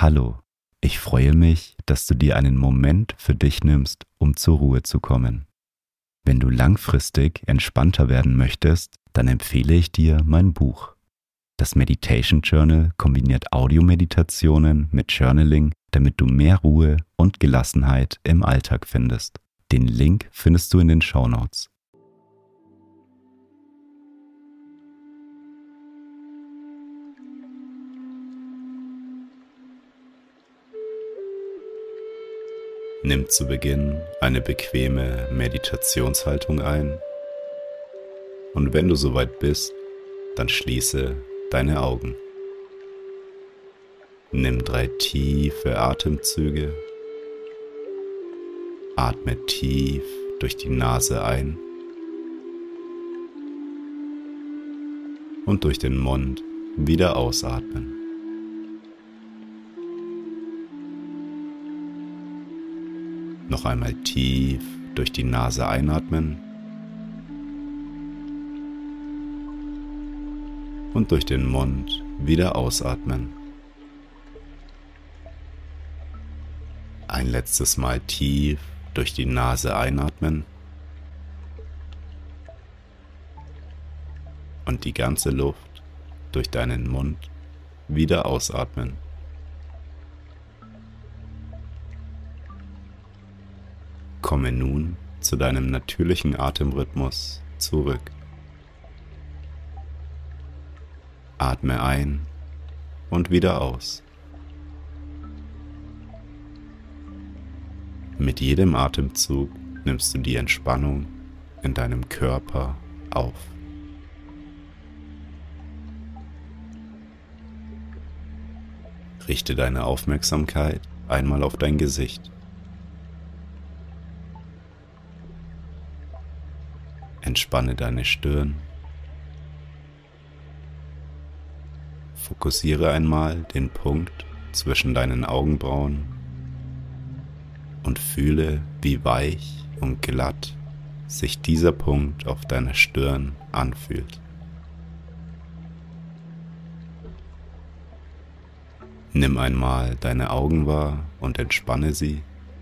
Hallo, ich freue mich, dass du dir einen Moment für dich nimmst, um zur Ruhe zu kommen. Wenn du langfristig entspannter werden möchtest, dann empfehle ich dir mein Buch. Das Meditation Journal kombiniert Audiomeditationen mit Journaling, damit du mehr Ruhe und Gelassenheit im Alltag findest. Den Link findest du in den Shownotes. Nimm zu Beginn eine bequeme Meditationshaltung ein und wenn du soweit bist, dann schließe deine Augen. Nimm 3 tiefe Atemzüge, atme tief durch die Nase ein und durch den Mund wieder ausatmen. Noch einmal tief durch die Nase einatmen und durch den Mund wieder ausatmen. Ein letztes Mal tief durch die Nase einatmen und die ganze Luft durch deinen Mund wieder ausatmen. Komme nun zu deinem natürlichen Atemrhythmus zurück. Atme ein und wieder aus. Mit jedem Atemzug nimmst du die Entspannung in deinem Körper auf. Richte deine Aufmerksamkeit einmal auf dein Gesicht. Entspanne deine Stirn. Fokussiere einmal den Punkt zwischen deinen Augenbrauen und fühle, wie weich und glatt sich dieser Punkt auf deiner Stirn anfühlt. Nimm einmal deine Augen wahr und entspanne sie.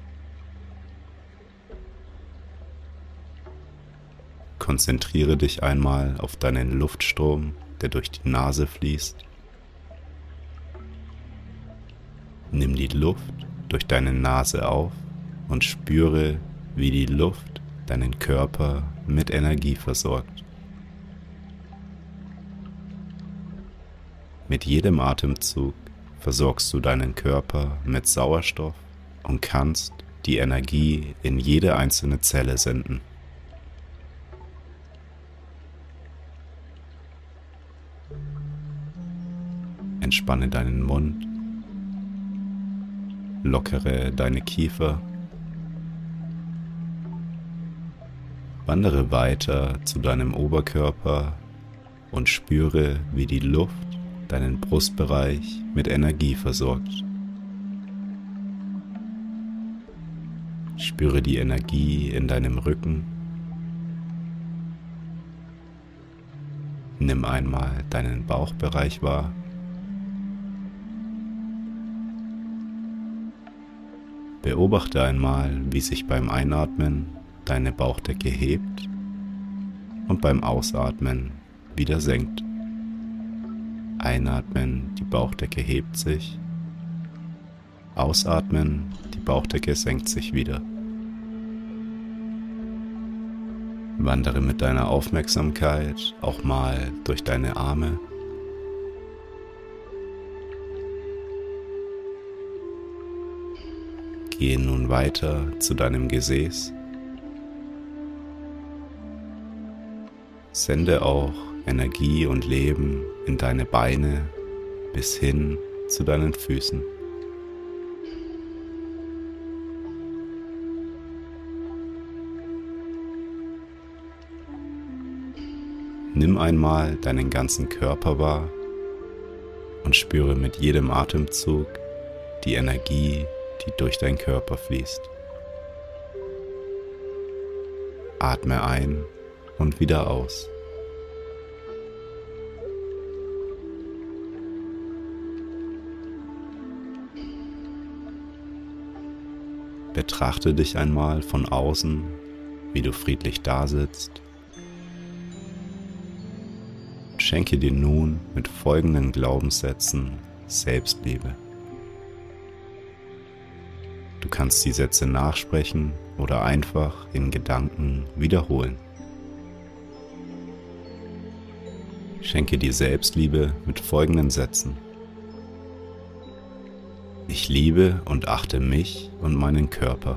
Konzentriere dich einmal auf deinen Luftstrom, der durch die Nase fließt. Nimm die Luft durch deine Nase auf und spüre, wie die Luft deinen Körper mit Energie versorgt. Mit jedem Atemzug versorgst du deinen Körper mit Sauerstoff und kannst die Energie in jede einzelne Zelle senden. Entspanne deinen Mund, lockere deine Kiefer, wandere weiter zu deinem Oberkörper und spüre, wie die Luft deinen Brustbereich mit Energie versorgt. Spüre die Energie in deinem Rücken. Nimm einmal deinen Bauchbereich wahr. Beobachte einmal, wie sich beim Einatmen deine Bauchdecke hebt und beim Ausatmen wieder senkt. Einatmen, die Bauchdecke hebt sich. Ausatmen, die Bauchdecke senkt sich wieder. Wandere mit deiner Aufmerksamkeit auch mal durch deine Arme. Gehe nun weiter zu deinem Gesäß. Sende auch Energie und Leben in deine Beine bis hin zu deinen Füßen. Nimm einmal deinen ganzen Körper wahr und spüre mit jedem Atemzug die Energie, die durch deinen Körper fließt. Atme ein und wieder aus. Betrachte dich einmal von außen, wie du friedlich dasitzt. Schenke dir nun mit folgenden Glaubenssätzen Selbstliebe. Du kannst die Sätze nachsprechen oder einfach in Gedanken wiederholen. Schenke dir Selbstliebe mit folgenden Sätzen. Ich liebe und achte mich und meinen Körper.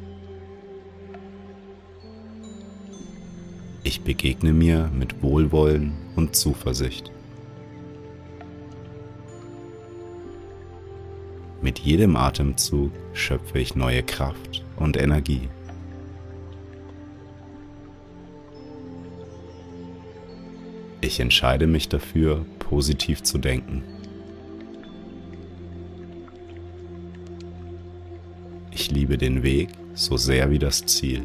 Ich begegne mir mit Wohlwollen und Zuversicht. Mit jedem Atemzug schöpfe ich neue Kraft und Energie. Ich entscheide mich dafür, positiv zu denken. Ich liebe den Weg so sehr wie das Ziel.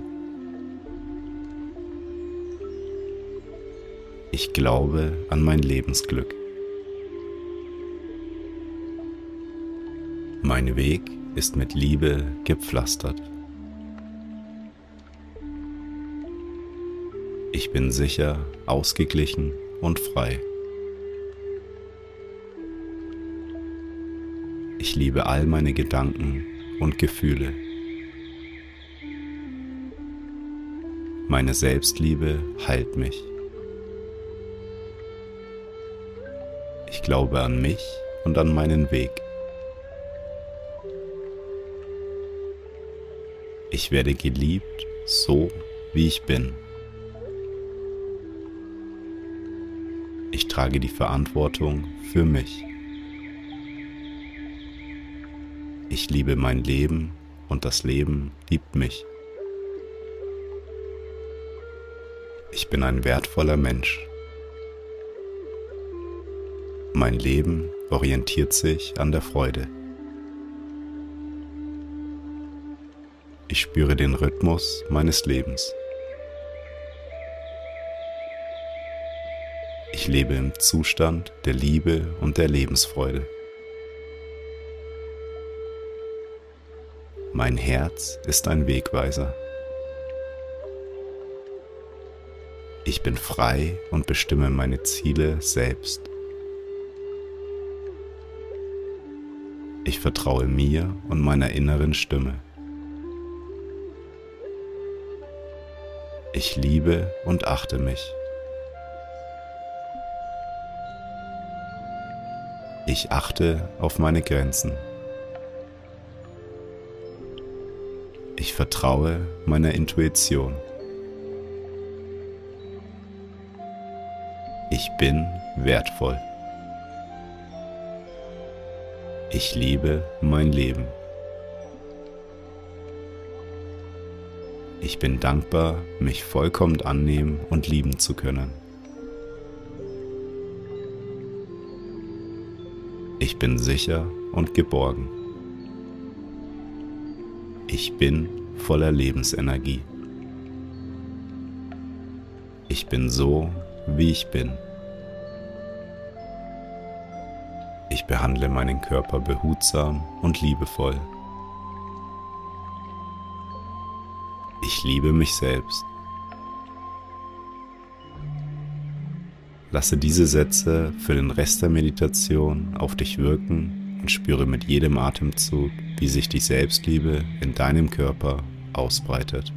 Ich glaube an mein Lebensglück. Mein Weg ist mit Liebe gepflastert. Ich bin sicher, ausgeglichen und frei. Ich liebe all meine Gedanken und Gefühle. Meine Selbstliebe heilt mich. Ich glaube an mich und an meinen Weg. Ich werde geliebt, so wie ich bin. Ich trage die Verantwortung für mich. Ich liebe mein Leben und das Leben liebt mich. Ich bin ein wertvoller Mensch. Mein Leben orientiert sich an der Freude. Ich spüre den Rhythmus meines Lebens. Ich lebe im Zustand der Liebe und der Lebensfreude. Mein Herz ist ein Wegweiser. Ich bin frei und bestimme meine Ziele selbst. Ich vertraue mir und meiner inneren Stimme. Ich liebe und achte mich. Ich achte auf meine Grenzen. Ich vertraue meiner Intuition. Ich bin wertvoll. Ich liebe mein Leben. Ich bin dankbar, mich vollkommen annehmen und lieben zu können. Ich bin sicher und geborgen. Ich bin voller Lebensenergie. Ich bin so, wie ich bin. Ich behandle meinen Körper behutsam und liebevoll. Ich liebe mich selbst. Lasse diese Sätze für den Rest der Meditation auf dich wirken und spüre mit jedem Atemzug, wie sich die Selbstliebe in deinem Körper ausbreitet.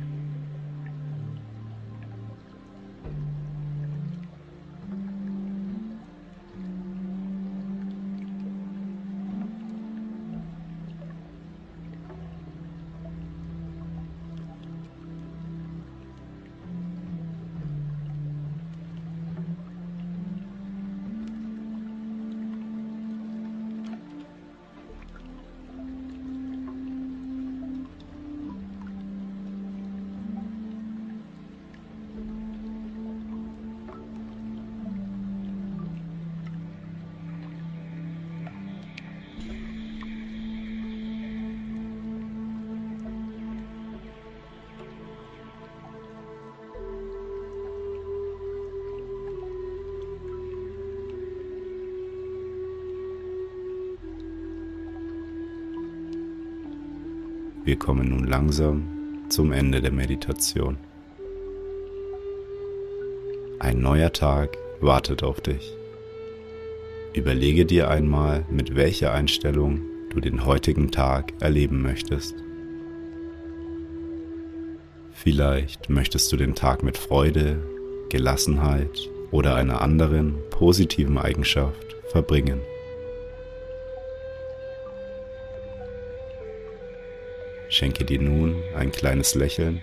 Wir kommen nun langsam zum Ende der Meditation. Ein neuer Tag wartet auf dich. Überlege dir einmal, mit welcher Einstellung du den heutigen Tag erleben möchtest. Vielleicht möchtest du den Tag mit Freude, Gelassenheit oder einer anderen positiven Eigenschaft verbringen. Schenke dir nun ein kleines Lächeln.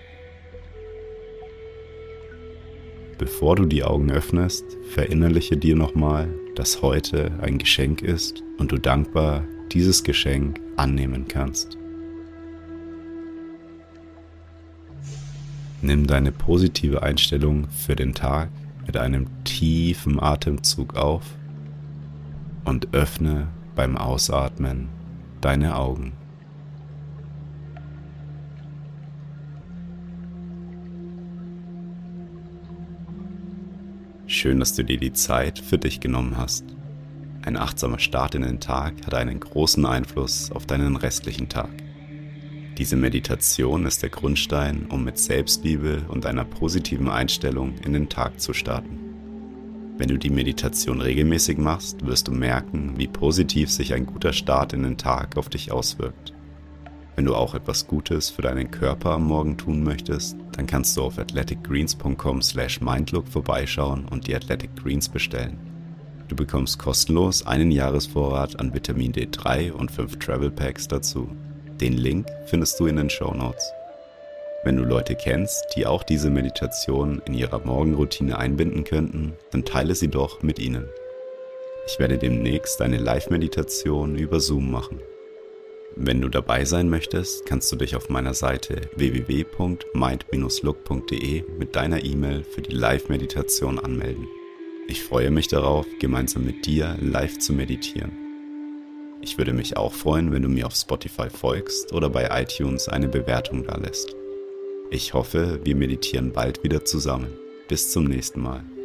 Bevor du die Augen öffnest, verinnerliche dir nochmal, dass heute ein Geschenk ist und du dankbar dieses Geschenk annehmen kannst. Nimm deine positive Einstellung für den Tag mit einem tiefen Atemzug auf und öffne beim Ausatmen deine Augen. Schön, dass du dir die Zeit für dich genommen hast. Ein achtsamer Start in den Tag hat einen großen Einfluss auf deinen restlichen Tag. Diese Meditation ist der Grundstein, um mit Selbstliebe und einer positiven Einstellung in den Tag zu starten. Wenn du die Meditation regelmäßig machst, wirst du merken, wie positiv sich ein guter Start in den Tag auf dich auswirkt. Wenn du auch etwas Gutes für deinen Körper am Morgen tun möchtest, dann kannst du auf athleticgreens.com/mindlook vorbeischauen und die Athletic Greens bestellen. Du bekommst kostenlos einen Jahresvorrat an Vitamin D3 und 5 Travel Packs dazu. Den Link findest du in den Shownotes. Wenn du Leute kennst, die auch diese Meditation in ihrer Morgenroutine einbinden könnten, dann teile sie doch mit ihnen. Ich werde demnächst eine Live-Meditation über Zoom machen. Wenn du dabei sein möchtest, kannst du dich auf meiner Seite www.mind-look.de mit deiner E-Mail für die Live-Meditation anmelden. Ich freue mich darauf, gemeinsam mit dir live zu meditieren. Ich würde mich auch freuen, wenn du mir auf Spotify folgst oder bei iTunes eine Bewertung dalässt. Ich hoffe, wir meditieren bald wieder zusammen. Bis zum nächsten Mal.